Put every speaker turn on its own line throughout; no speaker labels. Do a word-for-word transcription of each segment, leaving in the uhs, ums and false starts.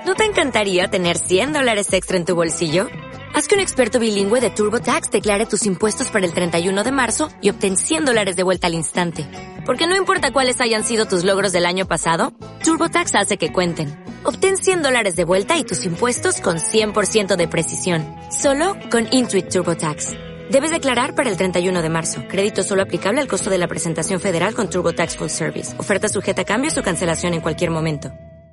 ¿No te encantaría tener cien dólares extra en tu bolsillo? Haz que un experto bilingüe de TurboTax declare tus impuestos para el treinta y uno de marzo y obtén cien dólares de vuelta al instante. Porque no importa cuáles hayan sido tus logros del año pasado, TurboTax hace que cuenten. Obtén cien dólares de vuelta y tus impuestos con cien por ciento de precisión. Solo con Intuit TurboTax. Debes declarar para el treinta y uno de marzo. Crédito solo aplicable al costo de la presentación federal con TurboTax Full Service. Oferta sujeta a cambios o cancelación en cualquier momento.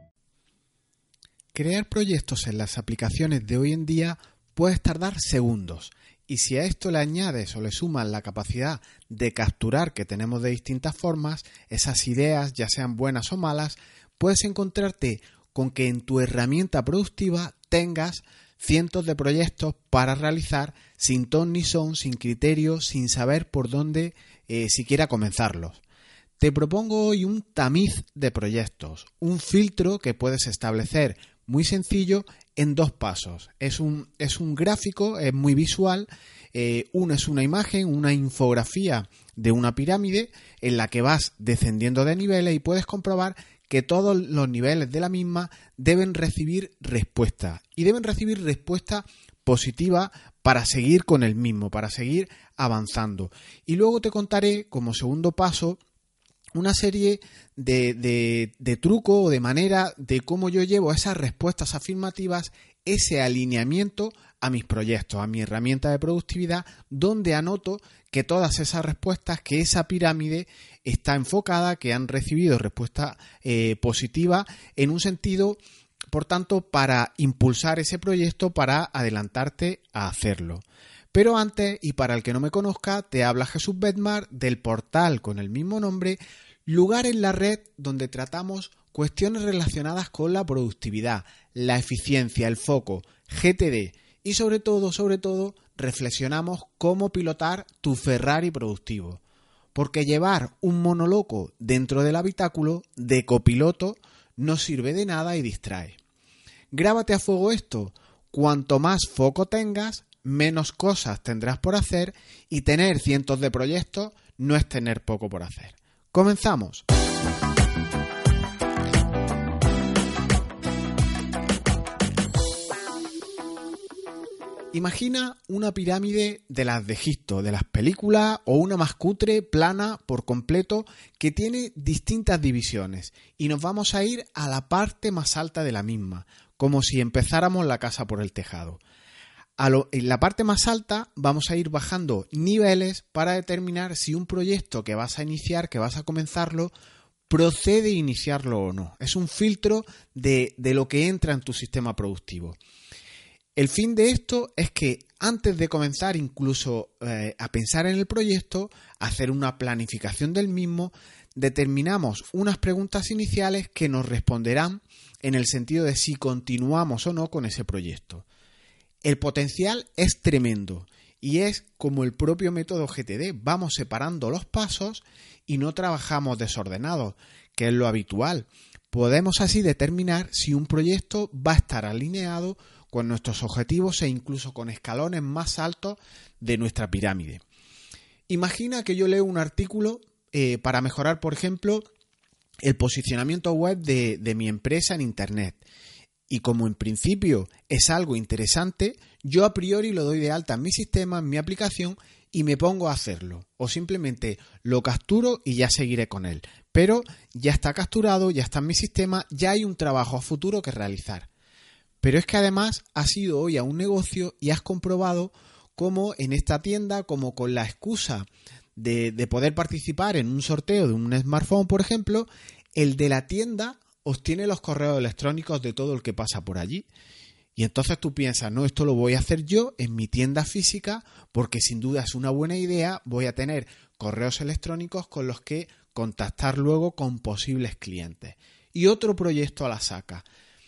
Crear proyectos en las aplicaciones de hoy en día puede tardar segundos. Y si a esto le añades o le sumas la capacidad de capturar que tenemos de distintas formas, esas ideas, ya sean buenas o malas, puedes encontrarte con que en tu herramienta productiva tengas cientos de proyectos para realizar sin ton ni son, sin criterio, sin saber por dónde eh, siquiera comenzarlos. Te propongo hoy un tamiz de proyectos, un filtro que puedes establecer muy sencillo en dos pasos. Es un, es un gráfico, es muy visual. Eh, uno es una imagen, una infografía de una pirámide en la que vas descendiendo de niveles y puedes comprobar que todos los niveles de la misma deben recibir respuesta y deben recibir respuesta positiva para seguir con el mismo, para seguir avanzando. Y luego te contaré como segundo paso una serie de, de, de trucos o de manera de cómo yo llevo esas respuestas afirmativas, ese alineamiento a mis proyectos, a mi herramienta de productividad, donde anoto que todas esas respuestas, que esa pirámide está enfocada, que han recibido respuesta eh, positiva en un sentido, por tanto, para impulsar ese proyecto, para adelantarte a hacerlo. Pero antes, y para el que no me conozca, te habla Jesús Bedmar del portal con el mismo nombre, lugar en la red donde tratamos cuestiones relacionadas con la productividad, la eficiencia, el foco, G T D y sobre todo, sobre todo, reflexionamos cómo pilotar tu Ferrari productivo. Porque llevar un monoloco dentro del habitáculo de copiloto no sirve de nada y distrae. Grábate a fuego esto, cuanto más foco tengas, menos cosas tendrás por hacer y tener cientos de proyectos no es tener poco por hacer. ¡Comenzamos! Imagina una pirámide de las de Egipto, de las películas, o una más cutre, plana, por completo, que tiene distintas divisiones. Y nos vamos a ir a la parte más alta de la misma, como si empezáramos la casa por el tejado. A lo, en la parte más alta vamos a ir bajando niveles para determinar si un proyecto que vas a iniciar, que vas a comenzarlo, procede iniciarlo o no. Es un filtro de, de lo que entra en tu sistema productivo. El fin de esto es que antes de comenzar incluso eh, a pensar en el proyecto, hacer una planificación del mismo, determinamos unas preguntas iniciales que nos responderán en el sentido de si continuamos o no con ese proyecto. El potencial es tremendo y es como el propio método G T D. Vamos separando los pasos y no trabajamos desordenados, que es lo habitual. Podemos así determinar si un proyecto va a estar alineado con nuestros objetivos e incluso con escalones más altos de nuestra pirámide. Imagina que yo leo un artículo eh, para mejorar, por ejemplo, el posicionamiento web de, de mi empresa en Internet. Y como en principio es algo interesante, yo a priori lo doy de alta en mi sistema, en mi aplicación y me pongo a hacerlo. O simplemente lo capturo y ya seguiré con él. Pero ya está capturado, ya está en mi sistema, ya hay un trabajo a futuro que realizar. Pero es que además has ido hoy a un negocio y has comprobado cómo en esta tienda, como con la excusa de, de poder participar en un sorteo de un smartphone, por ejemplo, el de la tienda obtiene los correos electrónicos de todo el que pasa por allí. Y entonces tú piensas, no, esto lo voy a hacer yo en mi tienda física porque sin duda es una buena idea, voy a tener correos electrónicos con los que contactar luego con posibles clientes. Y otro proyecto a la saca.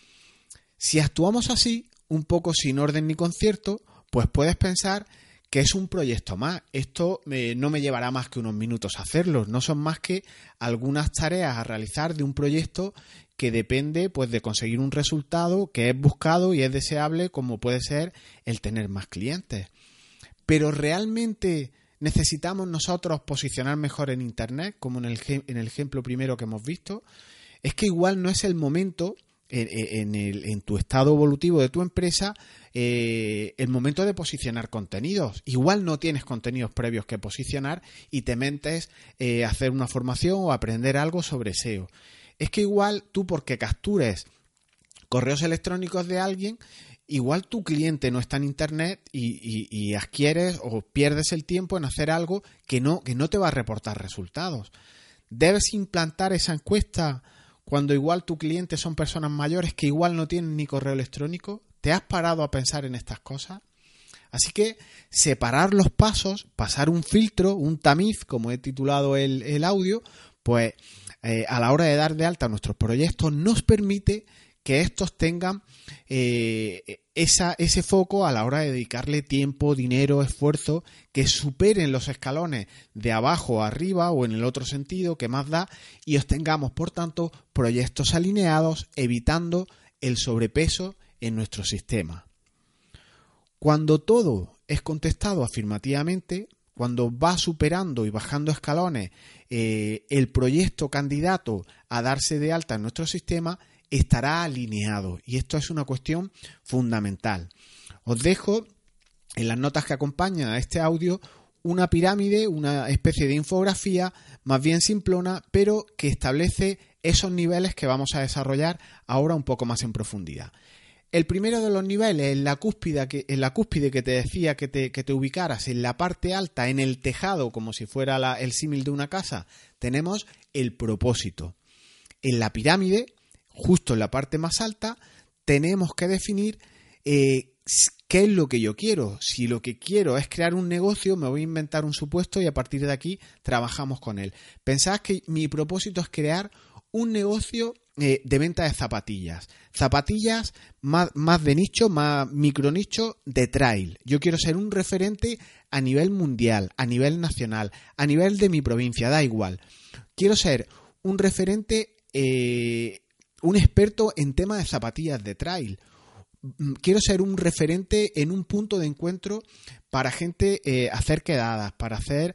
Si actuamos así, un poco sin orden ni concierto, pues puedes pensar que es un proyecto más. Esto eh, no me llevará más que unos minutos hacerlo. No son más que algunas tareas a realizar de un proyecto que depende pues de conseguir un resultado que es buscado y es deseable, como puede ser el tener más clientes. Pero realmente necesitamos nosotros posicionar mejor en Internet, como en el, en el ejemplo primero que hemos visto. Es que igual no es el momento en, en, el, en tu estado evolutivo de tu empresa eh, el momento de posicionar contenidos. Igual no tienes contenidos previos que posicionar y te metes eh, a hacer una formación o aprender algo sobre S E O. Es que igual tú, porque captures correos electrónicos de alguien, igual tu cliente no está en internet y, y, y adquieres o pierdes el tiempo en hacer algo que no, que no te va a reportar resultados. Debes implantar esa encuesta cuando igual tu cliente son personas mayores que igual no tienen ni correo electrónico. ¿Te has parado a pensar en estas cosas? Así que separar los pasos, pasar un filtro, un tamiz, como he titulado el, el audio, pues eh, a la hora de dar de alta nuestros proyectos nos permite que estos tengan eh, esa, ese foco a la hora de dedicarle tiempo, dinero, esfuerzo, que superen los escalones de abajo a arriba o en el otro sentido, que más da, y obtengamos, por tanto, proyectos alineados, evitando el sobrepeso en nuestro sistema. Cuando todo es contestado afirmativamente, cuando va superando y bajando escalones eh, el proyecto candidato a darse de alta en nuestro sistema, estará alineado, y esto es una cuestión fundamental. Os dejo en las notas que acompañan a este audio una pirámide, una especie de infografía más bien simplona, pero que establece esos niveles que vamos a desarrollar ahora un poco más en profundidad. El primero de los niveles, en la cúspide que, en la cúspide que te decía que te, que te ubicaras, en la parte alta, en el tejado, como si fuera la, el símil de una casa, tenemos el propósito. En la pirámide, justo en la parte más alta, tenemos que definir eh, qué es lo que yo quiero. Si lo que quiero es crear un negocio, me voy a inventar un supuesto y a partir de aquí trabajamos con él. Pensad que mi propósito es crear un negocio eh, de venta de zapatillas. Zapatillas más, más de nicho, más micronicho, de trail. Yo quiero ser un referente a nivel mundial, a nivel nacional, a nivel de mi provincia, da igual. Quiero ser un referente... Eh, un experto en temas de zapatillas de trail. Quiero ser un referente en un punto de encuentro para gente eh, hacer quedadas, para hacer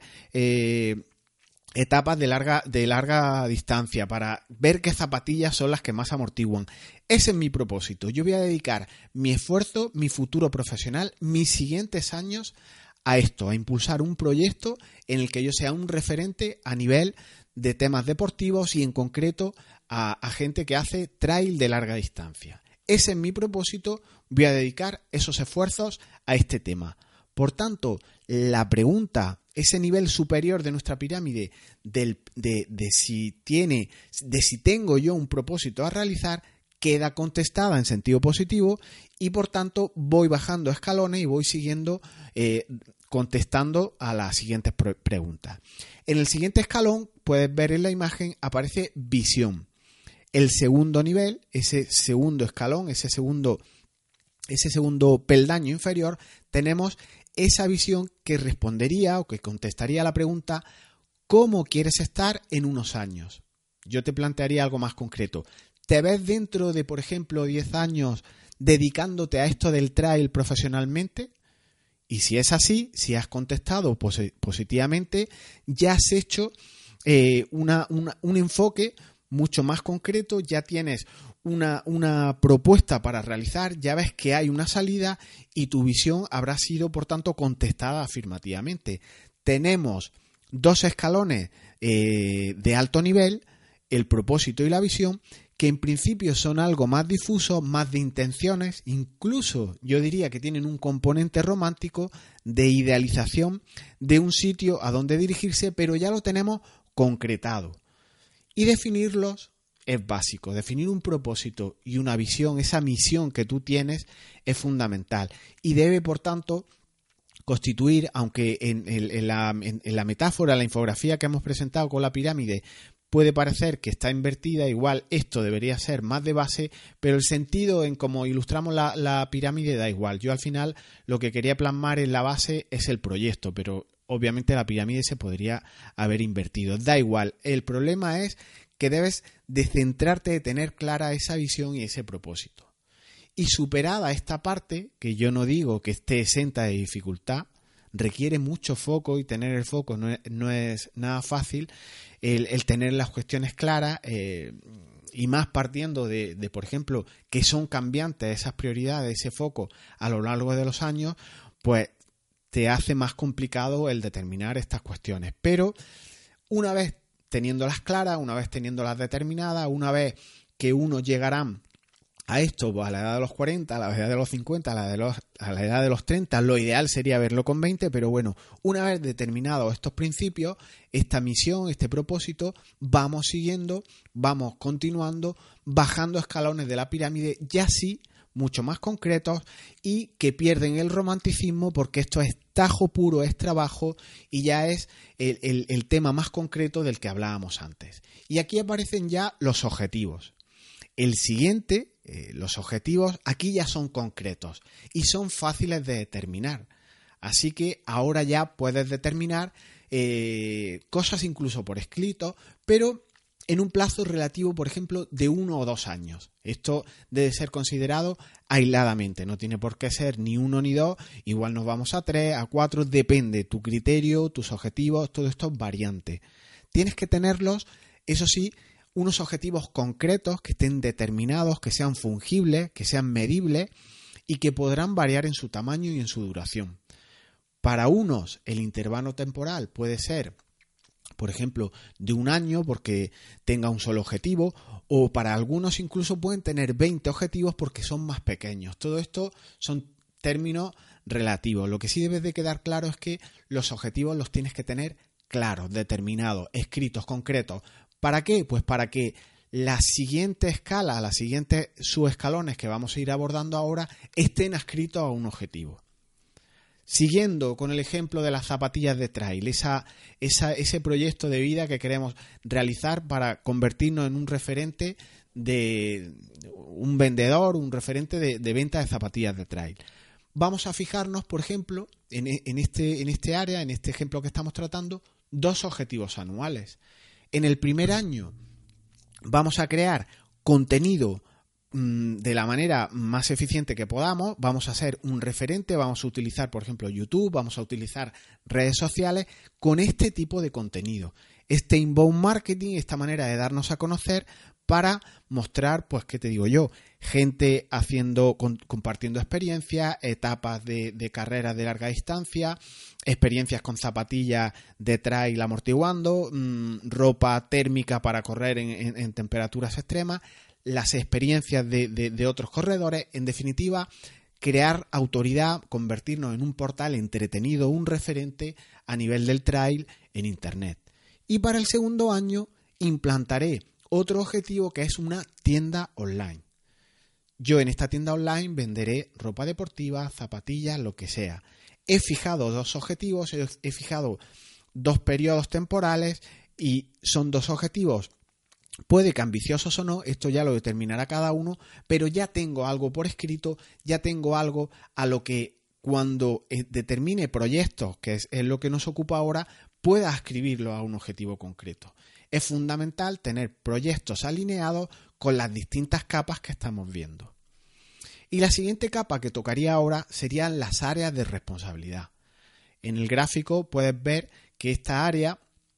eh, etapas de larga, de larga distancia, para ver qué zapatillas son las que más amortiguan. Ese es mi propósito. Yo voy a dedicar mi esfuerzo, mi futuro profesional, mis siguientes años a esto, a impulsar un proyecto en el que yo sea un referente a nivel de temas deportivos y en concreto a, a gente que hace trail de larga distancia. Ese es mi propósito, voy a dedicar esos esfuerzos a este tema. Por tanto, la pregunta, ese nivel superior de nuestra pirámide del, de, de si tiene, de si tengo yo un propósito a realizar, queda contestada en sentido positivo y por tanto voy bajando escalones y voy siguiendo eh, contestando a las siguientes pre- preguntas. En el siguiente escalón, puedes ver en la imagen, aparece visión. El segundo nivel, ese segundo escalón, ese segundo, ese segundo peldaño inferior, tenemos esa visión que respondería o que contestaría a la pregunta ¿cómo quieres estar en unos años? Yo te plantearía algo más concreto. ¿Te ves dentro de, por ejemplo, diez años dedicándote a esto del trail profesionalmente? Y si es así, si has contestado pos- positivamente, ya has hecho eh, una, una, un enfoque mucho más concreto, ya tienes una, una propuesta para realizar, ya ves que hay una salida y tu visión habrá sido, por tanto, contestada afirmativamente. Tenemos dos escalones eh, de alto nivel, el propósito y la visión, que en principio son algo más difusos, más de intenciones, incluso yo diría que tienen un componente romántico de idealización de un sitio a donde dirigirse, pero ya lo tenemos concretado. Y definirlos es básico, definir un propósito y una visión, esa misión que tú tienes es fundamental y debe, por tanto, constituir, aunque en, en, en, la, en, en la metáfora, la infografía que hemos presentado con la pirámide, puede parecer que está invertida, igual esto debería ser más de base, pero el sentido en cómo ilustramos la, la pirámide da igual. Yo al final lo que quería plasmar en la base es el proyecto, pero obviamente la pirámide se podría haber invertido. Da igual, el problema es que debes de centrarte, de tener clara esa visión y ese propósito. Y superada esta parte, que yo no digo que esté exenta de dificultad, requiere mucho foco y tener el foco no es, no es nada fácil, el, el tener las cuestiones claras, eh, y más partiendo de, de, por ejemplo, que son cambiantes esas prioridades, ese foco a lo largo de los años, pues te hace más complicado el determinar estas cuestiones. Pero una vez teniéndolas claras, una vez teniéndolas determinadas, una vez que uno llegará a esto pues a la edad de los cuarenta, a la edad de los cincuenta, a la, de los, a la edad de los treinta, lo ideal sería verlo con veinte, pero bueno, una vez determinados estos principios, esta misión, este propósito, vamos siguiendo, vamos continuando, bajando escalones de la pirámide, ya sí, mucho más concretos y que pierden el romanticismo porque esto es tajo puro, es trabajo y ya es el, el, el tema más concreto del que hablábamos antes. Y aquí aparecen ya los objetivos. El siguiente, eh, los objetivos, aquí ya son concretos y son fáciles de determinar. Así que ahora ya puedes determinar eh, cosas incluso por escrito, pero en un plazo relativo, por ejemplo, de uno o dos años. Esto debe ser considerado aisladamente, no tiene por qué ser ni uno ni dos, igual nos vamos a tres, a cuatro, depende tu criterio, tus objetivos, todo esto es variante. Tienes que tenerlos, eso sí, unos objetivos concretos que estén determinados, que sean fungibles, que sean medibles y que podrán variar en su tamaño y en su duración. Para unos, el intervalo temporal puede ser, por ejemplo, de un año porque tenga un solo objetivo, o para algunos incluso pueden tener veinte objetivos porque son más pequeños. Todo esto son términos relativos. Lo que sí debes de quedar claro es que los objetivos los tienes que tener claros, determinados, escritos, concretos. ¿Para qué? Pues para que la siguiente escala, las siguientes subescalones que vamos a ir abordando ahora estén adscritos a un objetivo. Siguiendo con el ejemplo de las zapatillas de trail, esa, esa, ese proyecto de vida que queremos realizar para convertirnos en un referente de un vendedor, un referente de, de venta de zapatillas de trail. Vamos a fijarnos, por ejemplo, en, en, este, en este área, en este ejemplo que estamos tratando, dos objetivos anuales. En el primer año vamos a crear contenido de la manera más eficiente que podamos, vamos a ser un referente, vamos a utilizar, por ejemplo, YouTube, vamos a utilizar redes sociales con este tipo de contenido. Este inbound marketing, esta manera de darnos a conocer para mostrar, pues, ¿qué te digo yo? Gente haciendo, con, compartiendo experiencias, etapas de, de carreras de larga distancia, experiencias con zapatillas de trail amortiguando, mmm, ropa térmica para correr en, en, en temperaturas extremas, las experiencias de, de, de otros corredores, en definitiva, crear autoridad, convertirnos en un portal entretenido, un referente a nivel del trail en Internet. Y para el segundo año implantaré otro objetivo que es una tienda online. Yo en esta tienda online venderé ropa deportiva, zapatillas, lo que sea. He fijado dos objetivos, he, he fijado dos periodos temporales y son dos objetivos. Puede que ambiciosos o no, esto ya lo determinará cada uno, pero ya tengo algo por escrito, ya tengo algo a lo que cuando determine proyectos, que es lo que nos ocupa ahora, pueda adscribirlo a un objetivo concreto. Es fundamental tener proyectos alineados con las distintas capas que estamos viendo. Y la siguiente capa que tocaría ahora serían las áreas de responsabilidad. En el gráfico puedes ver que esta área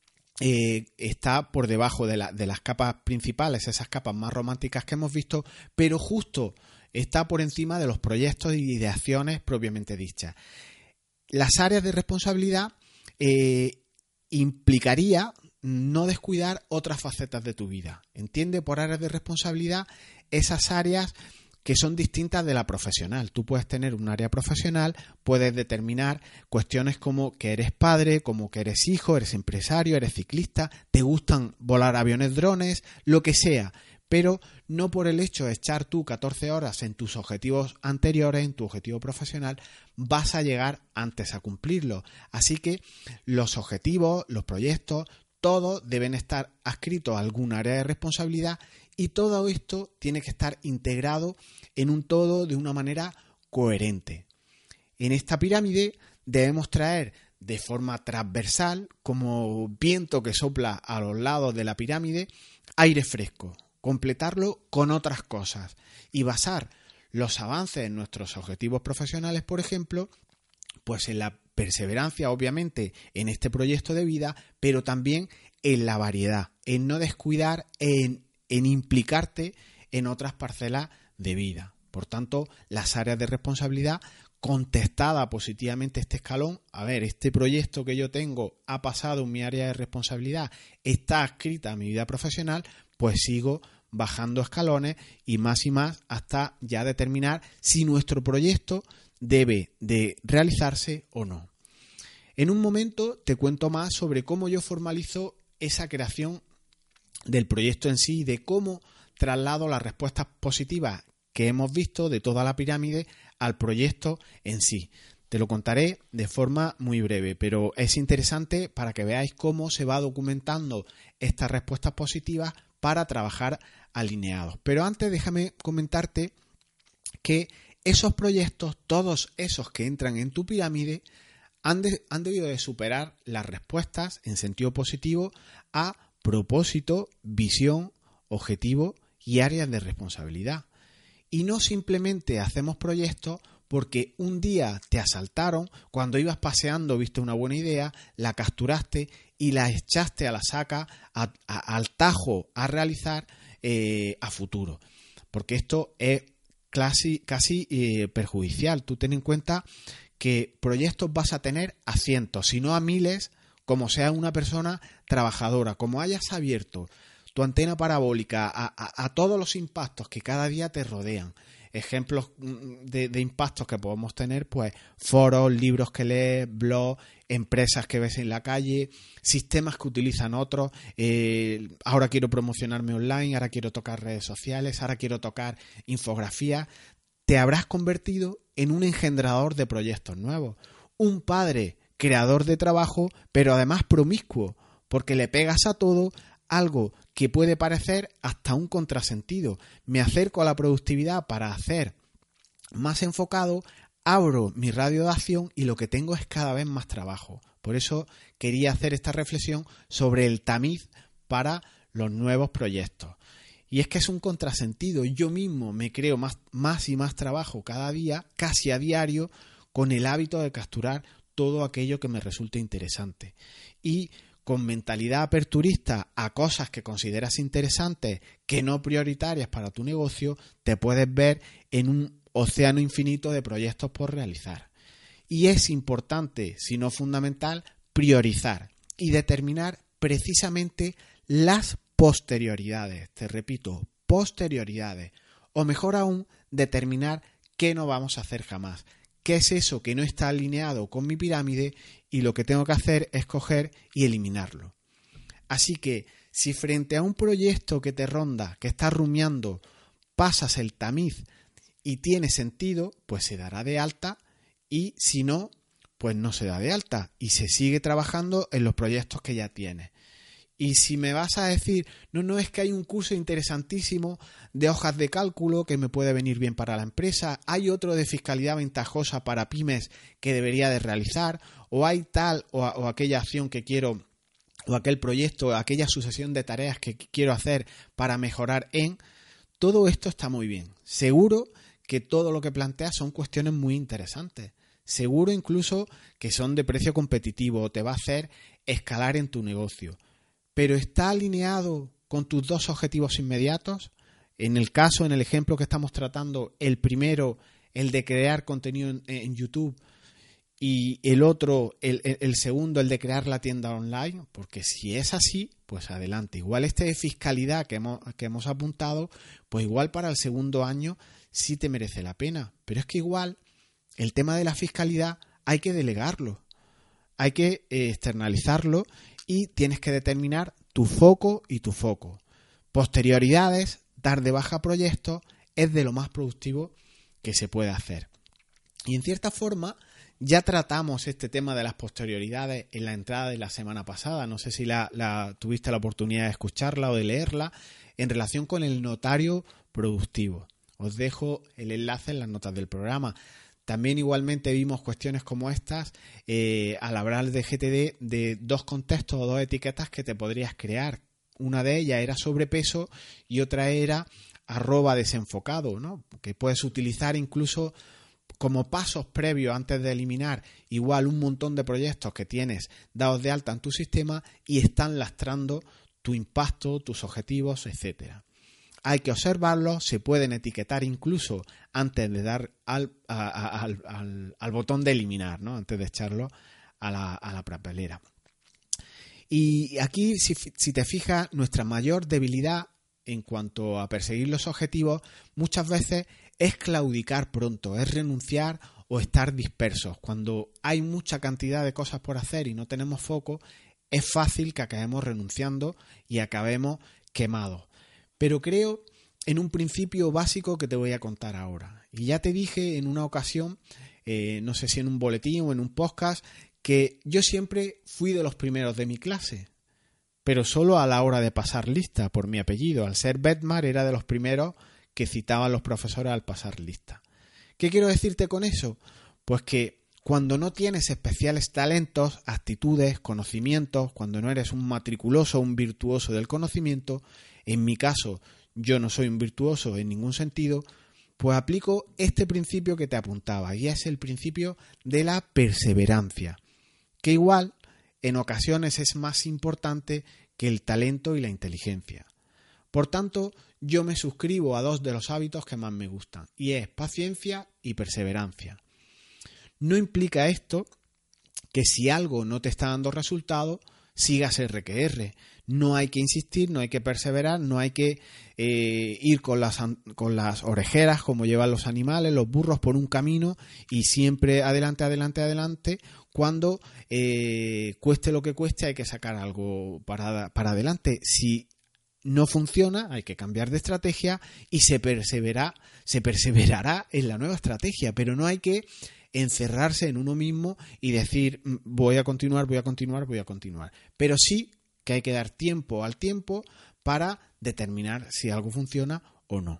Eh, está por debajo de, la, de las capas principales, esas capas más románticas que hemos visto, pero justo está por encima de los proyectos y de acciones propiamente dichas. Las áreas de responsabilidad eh, implicaría no descuidar otras facetas de tu vida. Entiende por áreas de responsabilidad esas áreas que son distintas de la profesional. Tú puedes tener un área profesional, puedes determinar cuestiones como que eres padre, como que eres hijo, eres empresario, eres ciclista, te gustan volar aviones, drones, lo que sea, pero no por el hecho de echar tú catorce horas en tus objetivos anteriores, en tu objetivo profesional, vas a llegar antes a cumplirlo. Así que los objetivos, los proyectos, todos deben estar adscritos a algún área de responsabilidad y todo esto tiene que estar integrado en un todo de una manera coherente. En esta pirámide debemos traer de forma transversal, como viento que sopla a los lados de la pirámide, aire fresco, completarlo con otras cosas y basar los avances en nuestros objetivos profesionales, por ejemplo, pues en la perseverancia, obviamente, en este proyecto de vida, pero también en la variedad, en no descuidar, en en implicarte en otras parcelas de vida. Por tanto, las áreas de responsabilidad, contestada positivamente este escalón, a ver, este proyecto que yo tengo ha pasado en mi área de responsabilidad, está adscrita a mi vida profesional, pues sigo bajando escalones y más y más hasta ya determinar si nuestro proyecto debe de realizarse o no. En un momento te cuento más sobre cómo yo formalizo esa creación del proyecto en sí y de cómo traslado las respuestas positivas que hemos visto de toda la pirámide al proyecto en sí. Te lo contaré de forma muy breve, pero es interesante para que veáis cómo se va documentando estas respuestas positivas para trabajar alineados. Pero antes déjame comentarte que esos proyectos, todos esos que entran en tu pirámide, han, de, han debido de superar las respuestas en sentido positivo a propósito, visión, objetivo y áreas de responsabilidad. Y no simplemente hacemos proyectos porque un día te asaltaron, cuando ibas paseando viste una buena idea, la capturaste y la echaste a la saca, a, a, al tajo a realizar eh, a futuro. Porque esto es casi, casi eh, perjudicial. Tú ten en cuenta que proyectos vas a tener a cientos, si no a miles, como sea una persona trabajadora, como hayas abierto tu antena parabólica a, a, a todos los impactos que cada día te rodean. Ejemplos de, de impactos que podemos tener, pues foros, libros que lees, blogs, empresas que ves en la calle, sistemas que utilizan otros. Eh, ahora quiero promocionarme online, ahora quiero tocar redes sociales, ahora quiero tocar infografías. Te habrás convertido en un engendrador de proyectos nuevos. Un padre creador de trabajo, pero además promiscuo, porque le pegas a todo algo que puede parecer hasta un contrasentido. Me acerco a la productividad para hacer más enfocado, abro mi radio de acción y lo que tengo es cada vez más trabajo. Por eso quería hacer esta reflexión sobre el tamiz para los nuevos proyectos. Y es que es un contrasentido. Yo mismo me creo más, más y más trabajo cada día, casi a diario, con el hábito de capturar todo aquello que me resulte interesante. Y con mentalidad aperturista a cosas que consideras interesantes, que no prioritarias para tu negocio, te puedes ver en un océano infinito de proyectos por realizar. Y es importante, si no fundamental, priorizar y determinar precisamente las posterioridades. Te repito, posterioridades. O mejor aún, determinar qué no vamos a hacer jamás. ¿Qué es eso que no está alineado con mi pirámide? Y lo que tengo que hacer es coger y eliminarlo. Así que si frente a un proyecto que te ronda, que estás rumiando, pasas el tamiz y tiene sentido, pues se dará de alta, y si no, pues no se da de alta y se sigue trabajando en los proyectos que ya tienes. Y si me vas a decir, no, no, es que hay un curso interesantísimo de hojas de cálculo que me puede venir bien para la empresa, hay otro de fiscalidad ventajosa para pymes que debería de realizar, o hay tal o, o aquella acción que quiero, o aquel proyecto, o aquella sucesión de tareas que quiero hacer para mejorar en... Todo esto está muy bien. Seguro que todo lo que planteas son cuestiones muy interesantes. Seguro incluso que son de precio competitivo o te va a hacer escalar en tu negocio. Pero ¿está alineado con tus dos objetivos inmediatos? En el caso, en el ejemplo que estamos tratando, el primero, el de crear contenido en, en YouTube, y el otro, el, el segundo, el de crear la tienda online, porque si es así, pues adelante. Igual este de fiscalidad que hemos, que hemos apuntado, pues igual para el segundo año sí te merece la pena. Pero es que igual el tema de la fiscalidad hay que delegarlo, hay que eh, externalizarlo y tienes que determinar tu foco y tu foco. Posterioridades, dar de baja proyectos, es de lo más productivo que se puede hacer. Y en cierta forma ya tratamos este tema de las posterioridades en la entrada de la semana pasada. No sé si la, la tuviste la oportunidad de escucharla o de leerla en relación con el notario productivo. Os dejo el enlace en las notas del programa. También igualmente vimos cuestiones como estas eh, al hablar de G T D, de dos contextos o dos etiquetas que te podrías crear. Una de ellas era sobrepeso y otra era arroba desenfocado, ¿no? Que puedes utilizar incluso como pasos previos antes de eliminar igual un montón de proyectos que tienes dados de alta en tu sistema y están lastrando tu impacto, tus objetivos, etcétera. hay que observarlos, se pueden etiquetar incluso antes de dar al, a, a, al, al, al botón de eliminar, ¿no? Antes de echarlo a la, a la papelera. Y aquí, si, si te fijas, nuestra mayor debilidad en cuanto a perseguir los objetivos muchas veces es claudicar pronto, es renunciar o estar dispersos. Cuando hay mucha cantidad de cosas por hacer y no tenemos foco, es fácil que acabemos renunciando y acabemos quemados. Pero creo en un principio básico que te voy a contar ahora. Y ya te dije en una ocasión, eh, no sé si en un boletín o en un podcast, que yo siempre fui de los primeros de mi clase, pero solo a la hora de pasar lista por mi apellido. Al ser Bedmar era de los primeros que citaban los profesores al pasar lista. ¿Qué quiero decirte con eso? Pues que cuando no tienes especiales talentos, actitudes, conocimientos, cuando no eres un matriculoso o un virtuoso del conocimiento, en mi caso yo no soy un virtuoso en ningún sentido, pues aplico este principio que te apuntaba, y es el principio de la perseverancia, que igual en ocasiones es más importante que el talento y la inteligencia. Por tanto, yo me suscribo a dos de los hábitos que más me gustan, y es paciencia y perseverancia. No implica esto que si algo no te está dando resultado, sigas erre que erre. No hay que insistir, no hay que perseverar, no hay que eh, ir con las, con las orejeras como llevan los animales, los burros, por un camino y siempre adelante, adelante, adelante. Cuando eh, cueste lo que cueste, hay que sacar algo para, para adelante. Si no funciona, hay que cambiar de estrategia y se persevera, se perseverará en la nueva estrategia, pero no hay que encerrarse en uno mismo y decir voy a continuar, voy a continuar, voy a continuar. Pero sí que hay que dar tiempo al tiempo para determinar si algo funciona o no.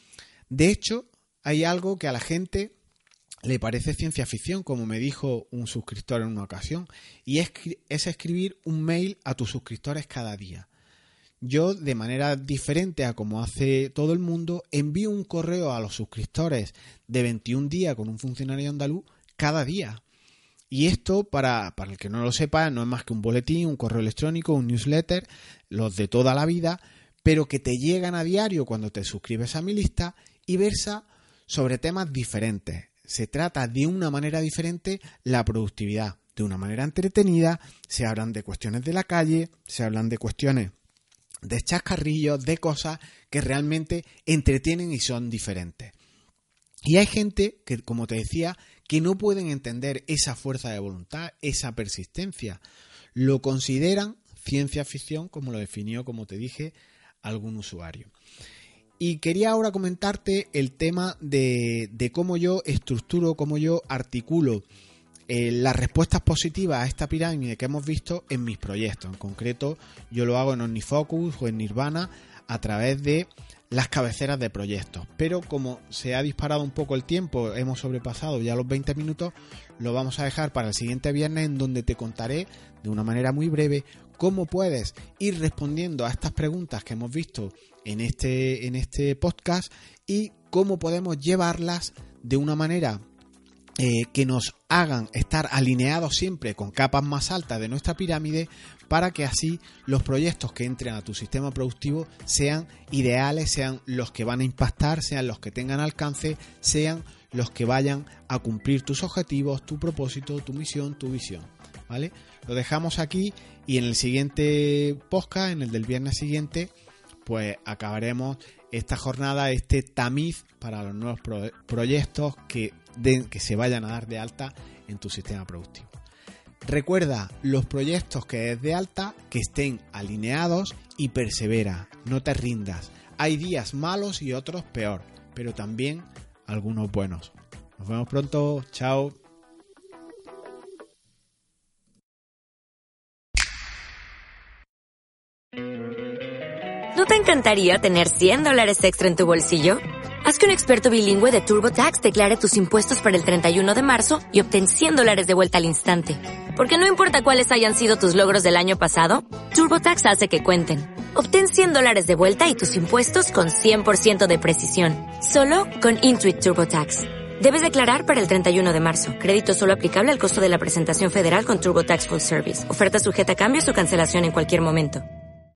De hecho, hay algo que a la gente le parece ciencia ficción, como me dijo un suscriptor en una ocasión, y es, es escribir un mail a tus suscriptores cada día. Yo, de manera diferente a como hace todo el mundo, envío un correo a los suscriptores de veintiún días con un funcionario andaluz cada día. Y esto, para, para el que no lo sepa, no es más que un boletín, un correo electrónico, un newsletter, los de toda la vida, pero que te llegan a diario cuando te suscribes a mi lista y versa sobre temas diferentes. Se trata de una manera diferente la productividad, de una manera entretenida, se hablan de cuestiones de la calle, se hablan de cuestiones de chascarrillos, de cosas que realmente entretienen y son diferentes. Y hay gente que, como te decía, que no pueden entender esa fuerza de voluntad, esa persistencia. Lo consideran ciencia ficción, como lo definió, como te dije, algún usuario. Y quería ahora comentarte el tema de, de cómo yo estructuro, cómo yo articulo Eh, las respuestas positivas a esta pirámide que hemos visto en mis proyectos. En concreto, yo lo hago en OmniFocus o en Nirvana a través de las cabeceras de proyectos. Pero como se ha disparado un poco el tiempo, hemos sobrepasado ya los veinte minutos, lo vamos a dejar para el siguiente viernes, en donde te contaré de una manera muy breve cómo puedes ir respondiendo a estas preguntas que hemos visto en este, en este podcast y cómo podemos llevarlas de una manera Eh, que nos hagan estar alineados siempre con capas más altas de nuestra pirámide, para que así los proyectos que entren a tu sistema productivo sean ideales, sean los que van a impactar, sean los que tengan alcance, sean los que vayan a cumplir tus objetivos, tu propósito, tu misión, tu visión, ¿vale? Lo dejamos aquí y en el siguiente podcast, en el del viernes siguiente, pues acabaremos esta jornada, este tamiz para los nuevos pro- proyectos que, de, que se vayan a dar de alta en tu sistema productivo. Recuerda, los proyectos que des de alta, que estén alineados y persevera, no te rindas. Hay días malos y otros peor, pero también algunos buenos. Nos vemos pronto, chao.
¿No te encantaría tener cien dólares extra en tu bolsillo? Haz que un experto bilingüe de TurboTax declare tus impuestos para el treinta y uno de marzo y obtén cien dólares de vuelta al instante. Porque no importa cuáles hayan sido tus logros del año pasado, TurboTax hace que cuenten. Obtén cien dólares de vuelta y tus impuestos con cien por ciento de precisión. Solo con Intuit TurboTax. Debes declarar para el treinta y uno de marzo. Crédito solo aplicable al costo de la presentación federal con TurboTax Full Service. Oferta sujeta a cambios o cancelación en cualquier momento.